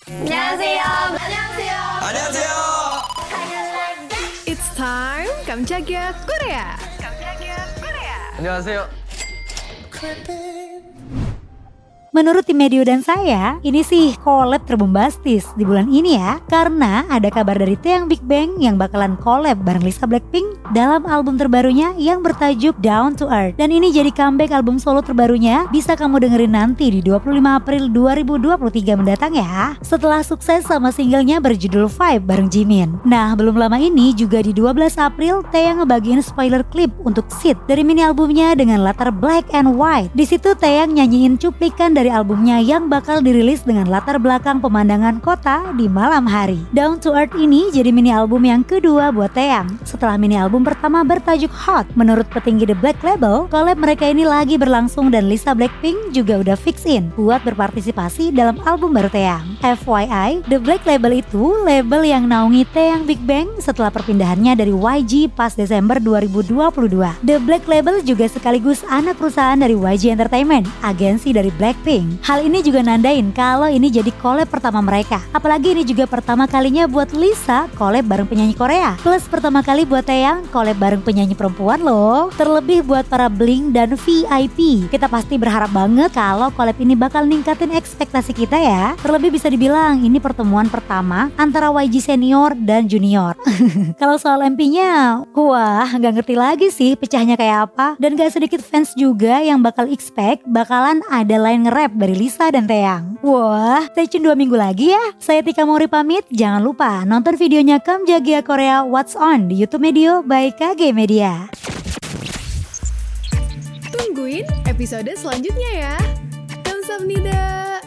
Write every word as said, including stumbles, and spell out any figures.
안녕하세요. 안녕하세요. 안녕하세요. It's time 깜짝이야 Korea. 깜짝이야 Korea. 안녕하세요. Menurut tim Medio dan saya, ini sih collab terbombastis di bulan ini ya. Karena ada kabar dari Taeyang Big Bang yang bakalan collab bareng Lisa Blackpink dalam album terbarunya yang bertajuk Down to Earth. Dan ini jadi comeback album solo terbarunya, bisa kamu dengerin nanti di dua puluh lima April dua ribu dua puluh tiga mendatang ya. Setelah sukses sama singlenya berjudul Vibe bareng Jimin. Nah, belum lama ini juga di dua belas April Taeyang ngebagiin spoiler clip untuk Seed dari mini albumnya dengan latar black and white. Di situ Taeyang nyanyiin cuplikan dari dari albumnya yang bakal dirilis dengan latar belakang pemandangan kota di malam hari. Down to Earth ini jadi mini album yang kedua buat Taeyang setelah mini album pertama bertajuk Hot. Menurut petinggi The Black Label, collab mereka ini lagi berlangsung dan Lisa Blackpink juga udah fix in buat berpartisipasi dalam album baru Taeyang. F Y I, The Black Label itu label yang naungi Taeyang Big Bang setelah perpindahannya dari Y G pas Desember dua ribu dua puluh dua. The Black Label juga sekaligus anak perusahaan dari Y G Entertainment, agensi dari Blackpink. Hal ini juga nandain kalau ini jadi collab pertama mereka. Apalagi ini juga pertama kalinya buat Lisa collab bareng penyanyi Korea. Plus pertama kali buat Taeyang collab bareng penyanyi perempuan loh. Terlebih buat para Blink dan V I P. Kita pasti berharap banget kalau collab ini bakal ningkatin ekspektasi kita ya. Terlebih bisa dibilang ini pertemuan pertama antara Y G senior dan junior. Kalau soal M P-nya, wah gak ngerti lagi sih pecahnya kayak apa. Dan gak sedikit fans juga yang bakal expect bakalan ada line nge-rap dari Lisa dan Taeyang. Wah, stay tune dua minggu lagi ya. Saya Tika Mauri pamit. Jangan lupa nonton videonya Kamjagia Korea What's On di YouTube Medio by K G Media. Tungguin episode selanjutnya ya. Kamsahamnida.